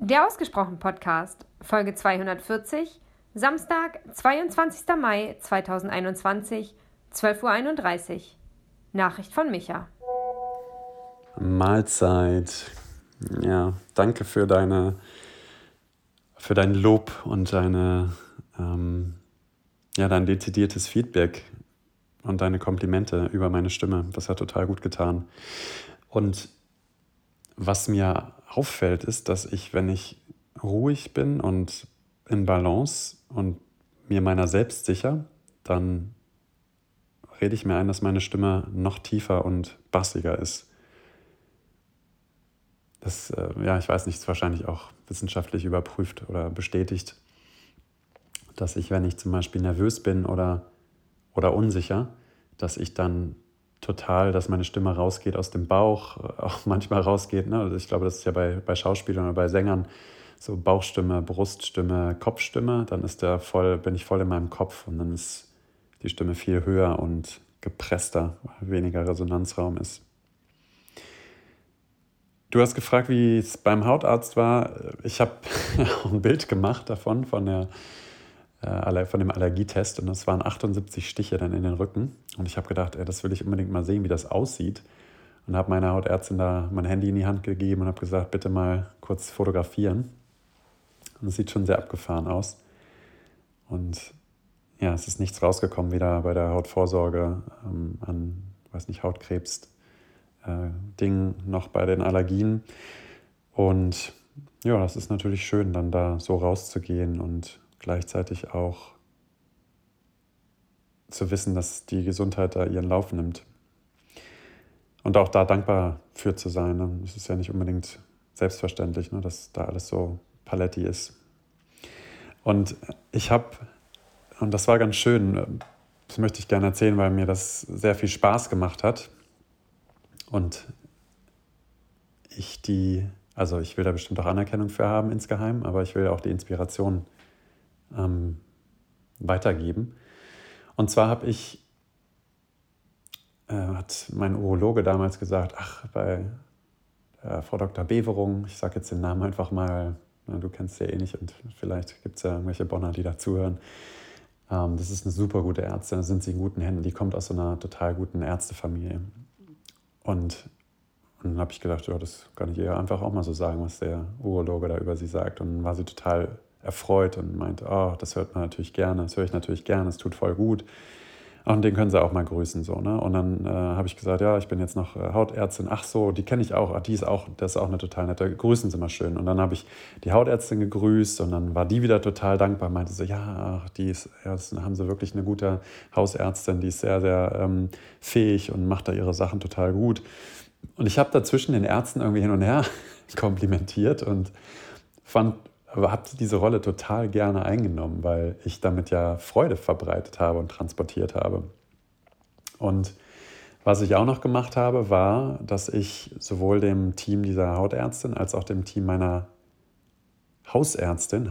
Der Ausgesprochen Podcast, Folge 240, Samstag, 22. Mai 2021, 12:31 Uhr. Nachricht von Micha. Mahlzeit. Ja, danke für dein Lob und dein dezidiertes Feedback und deine Komplimente über meine Stimme. Das hat total gut getan. Und was mir auffällt, ist, dass ich, wenn ich ruhig bin und in Balance und mir meiner selbst sicher, dann rede ich mir ein, dass meine Stimme noch tiefer und bassiger ist. Das, ich weiß nicht, ist wahrscheinlich auch wissenschaftlich überprüft oder bestätigt, dass ich, wenn ich zum Beispiel nervös bin oder unsicher, dass ich dann dass meine Stimme rausgeht aus dem Bauch, auch manchmal rausgeht. Ne? Also ich glaube, das ist ja bei Schauspielern oder bei Sängern so Bauchstimme, Bruststimme, Kopfstimme. Dann bin ich voll in meinem Kopf und dann ist die Stimme viel höher und gepresster, weil weniger Resonanzraum ist. Du hast gefragt, wie es beim Hautarzt war. Ich habe ein Bild gemacht davon, von dem Allergietest, und das waren 78 Stiche dann in den Rücken. Und ich habe gedacht, das will ich unbedingt mal sehen, wie das aussieht. Und habe meiner Hautärztin da mein Handy in die Hand gegeben und habe gesagt, bitte mal kurz fotografieren. Und es sieht schon sehr abgefahren aus. Und ja, es ist nichts rausgekommen, weder bei der Hautvorsorge an, Hautkrebs, Ding, noch bei den Allergien. Und ja, das ist natürlich schön, dann da so rauszugehen und gleichzeitig auch zu wissen, dass die Gesundheit da ihren Lauf nimmt. Und auch da dankbar für zu sein. Es ist ja nicht unbedingt selbstverständlich, ne, dass da alles so paletti ist. Und und das war ganz schön, das möchte ich gerne erzählen, weil mir das sehr viel Spaß gemacht hat. Und ich will da bestimmt auch Anerkennung für haben insgeheim, aber ich will auch die Inspiration weitergeben. Und zwar hat mein Urologe damals gesagt, bei Frau Dr. Beverung, ich sage jetzt den Namen einfach mal, du kennst sie ja eh nicht und vielleicht gibt es ja irgendwelche Bonner, die dazuhören. Das ist eine super gute Ärztin, da sind sie in guten Händen, die kommt aus so einer total guten Ärztefamilie. Und dann habe ich gedacht, ja, das kann ich ihr einfach auch mal so sagen, was der Urologe da über sie sagt. Und dann war sie total erfreut und meinte, das hört man natürlich gerne, das höre ich natürlich gerne, es tut voll gut. Und den können sie auch mal grüßen. So, ne? Und dann habe ich gesagt, ja, ich bin jetzt noch Hautärztin. Ach so, die kenne ich auch. Das ist auch eine total nette. Grüßen Sie mal schön. Und dann habe ich die Hautärztin gegrüßt und dann war die wieder total dankbar. Meinte so, das haben Sie wirklich eine gute Hausärztin, die ist sehr, sehr fähig und macht da ihre Sachen total gut. Und ich habe da zwischen den Ärzten irgendwie hin und her komplimentiert und habe diese Rolle total gerne eingenommen, weil ich damit ja Freude verbreitet habe und transportiert habe. Und was ich auch noch gemacht habe, war, dass ich sowohl dem Team dieser Hautärztin als auch dem Team meiner Hausärztin,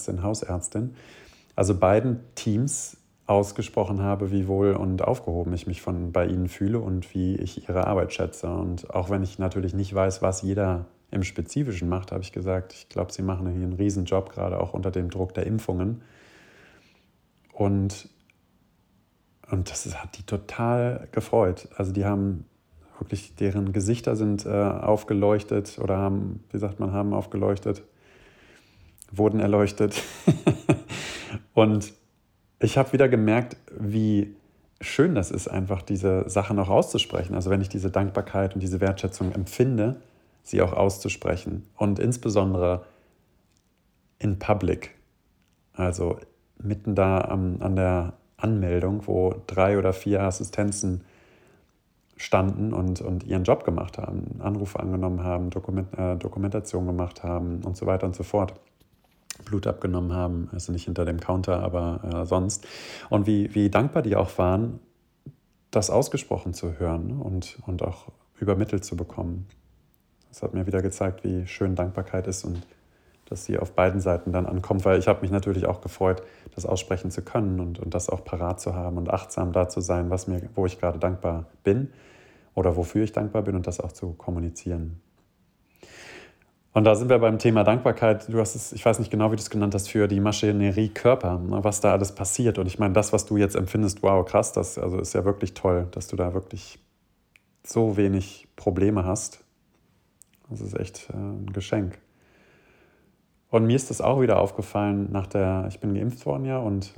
also beiden Teams ausgesprochen habe, wie wohl und aufgehoben ich mich bei ihnen fühle und wie ich ihre Arbeit schätze. Und auch wenn ich natürlich nicht weiß, was jeder im Spezifischen macht, habe ich gesagt, ich glaube, sie machen hier einen Riesenjob, gerade auch unter dem Druck der Impfungen. Und das hat die total gefreut. Also die haben wirklich, deren Gesichter sind aufgeleuchtet oder haben aufgeleuchtet, wurden erleuchtet. Und ich habe wieder gemerkt, wie schön das ist, einfach diese Sachen auch auszusprechen. Also wenn ich diese Dankbarkeit und diese Wertschätzung empfinde, sie auch auszusprechen. Und insbesondere in Public, also mitten da an der Anmeldung, wo 3 oder 4 Assistenzen standen und ihren Job gemacht haben, Anrufe angenommen haben, Dokumentation gemacht haben und so weiter und so fort. Blut abgenommen haben, also nicht hinter dem Counter, aber sonst. Und wie dankbar die auch waren, das ausgesprochen zu hören, ne? und auch übermittelt zu bekommen. Das hat mir wieder gezeigt, wie schön Dankbarkeit ist und dass sie auf beiden Seiten dann ankommt, weil ich habe mich natürlich auch gefreut, das aussprechen zu können und das auch parat zu haben und achtsam da zu sein, wo ich gerade dankbar bin oder wofür ich dankbar bin und das auch zu kommunizieren. Und da sind wir beim Thema Dankbarkeit. Du hast es, ich weiß nicht genau, wie du es genannt hast, für die Maschinerie Körper, ne, was da alles passiert. Und ich meine, das, was du jetzt empfindest, wow, krass, das also ist ja wirklich toll, dass du da wirklich so wenig Probleme hast. Das ist echt ein Geschenk. Und mir ist das auch wieder aufgefallen, ich bin geimpft worden ja, und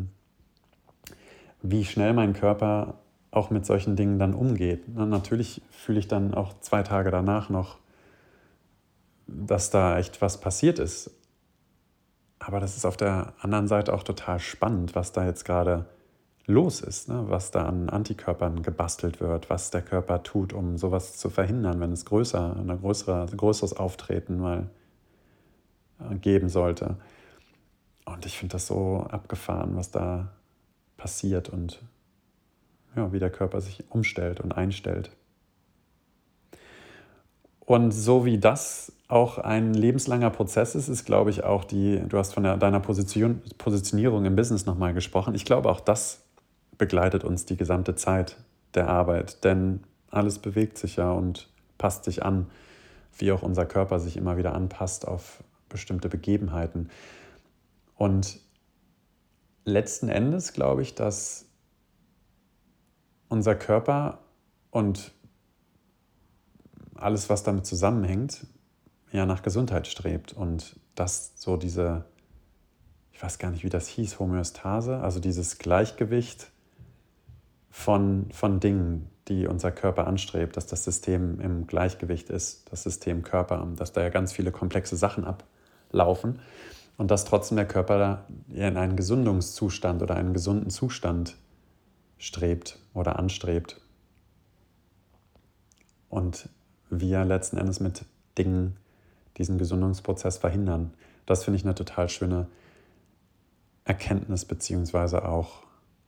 wie schnell mein Körper auch mit solchen Dingen dann umgeht. Und natürlich fühle ich dann auch 2 Tage danach noch, dass da echt was passiert ist. Aber das ist auf der anderen Seite auch total spannend, was da jetzt gerade los ist, ne? Was da an Antikörpern gebastelt wird, was der Körper tut, um sowas zu verhindern, wenn es ein größeres Auftreten mal geben sollte. Und ich finde das so abgefahren, was da passiert und ja, wie der Körper sich umstellt und einstellt. Und so wie das auch ein lebenslanger Prozess ist, glaube ich auch du hast von deiner Positionierung im Business nochmal gesprochen. Ich glaube auch das begleitet uns die gesamte Zeit der Arbeit, denn alles bewegt sich ja und passt sich an, wie auch unser Körper sich immer wieder anpasst auf bestimmte Begebenheiten. Und letzten Endes glaube ich, dass unser Körper und alles, was damit zusammenhängt, ja nach Gesundheit strebt. Und dass so ich weiß gar nicht, wie das hieß, Homöostase, also dieses Gleichgewicht von Dingen, die unser Körper anstrebt, dass das System im Gleichgewicht ist, das System Körper, dass da ja ganz viele komplexe Sachen ablaufen und dass trotzdem der Körper in einen Gesundungszustand oder einen gesunden Zustand strebt oder anstrebt. Und wir letzten Endes mit Dingen diesen Gesundungsprozess verhindern. Das finde ich eine total schöne Erkenntnis, beziehungsweise auch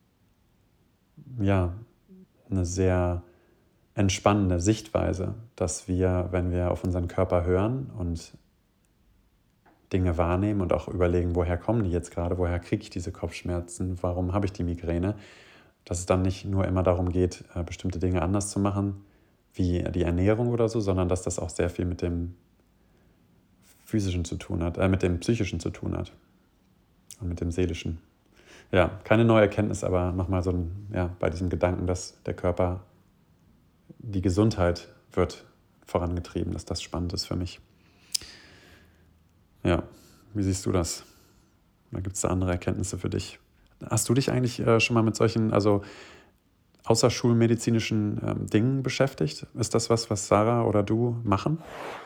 ja, eine sehr entspannende Sichtweise, dass wir, wenn wir auf unseren Körper hören und Dinge wahrnehmen und auch überlegen, woher kommen die jetzt gerade, woher kriege ich diese Kopfschmerzen, warum habe ich die Migräne, dass es dann nicht nur immer darum geht, bestimmte Dinge anders zu machen, wie die Ernährung oder so, sondern dass das auch sehr viel mit dem physischen zu tun hat, mit dem psychischen zu tun hat und mit dem seelischen. Ja, keine neue Erkenntnis, aber nochmal bei diesem Gedanken, dass der Körper, die Gesundheit wird vorangetrieben, dass das spannend ist für mich. Ja, wie siehst du das? Da gibt es da andere Erkenntnisse für dich. Hast du dich eigentlich schon mal mit solchen, außerschulmedizinischen Dingen beschäftigt? Ist das was Sarah oder du machen?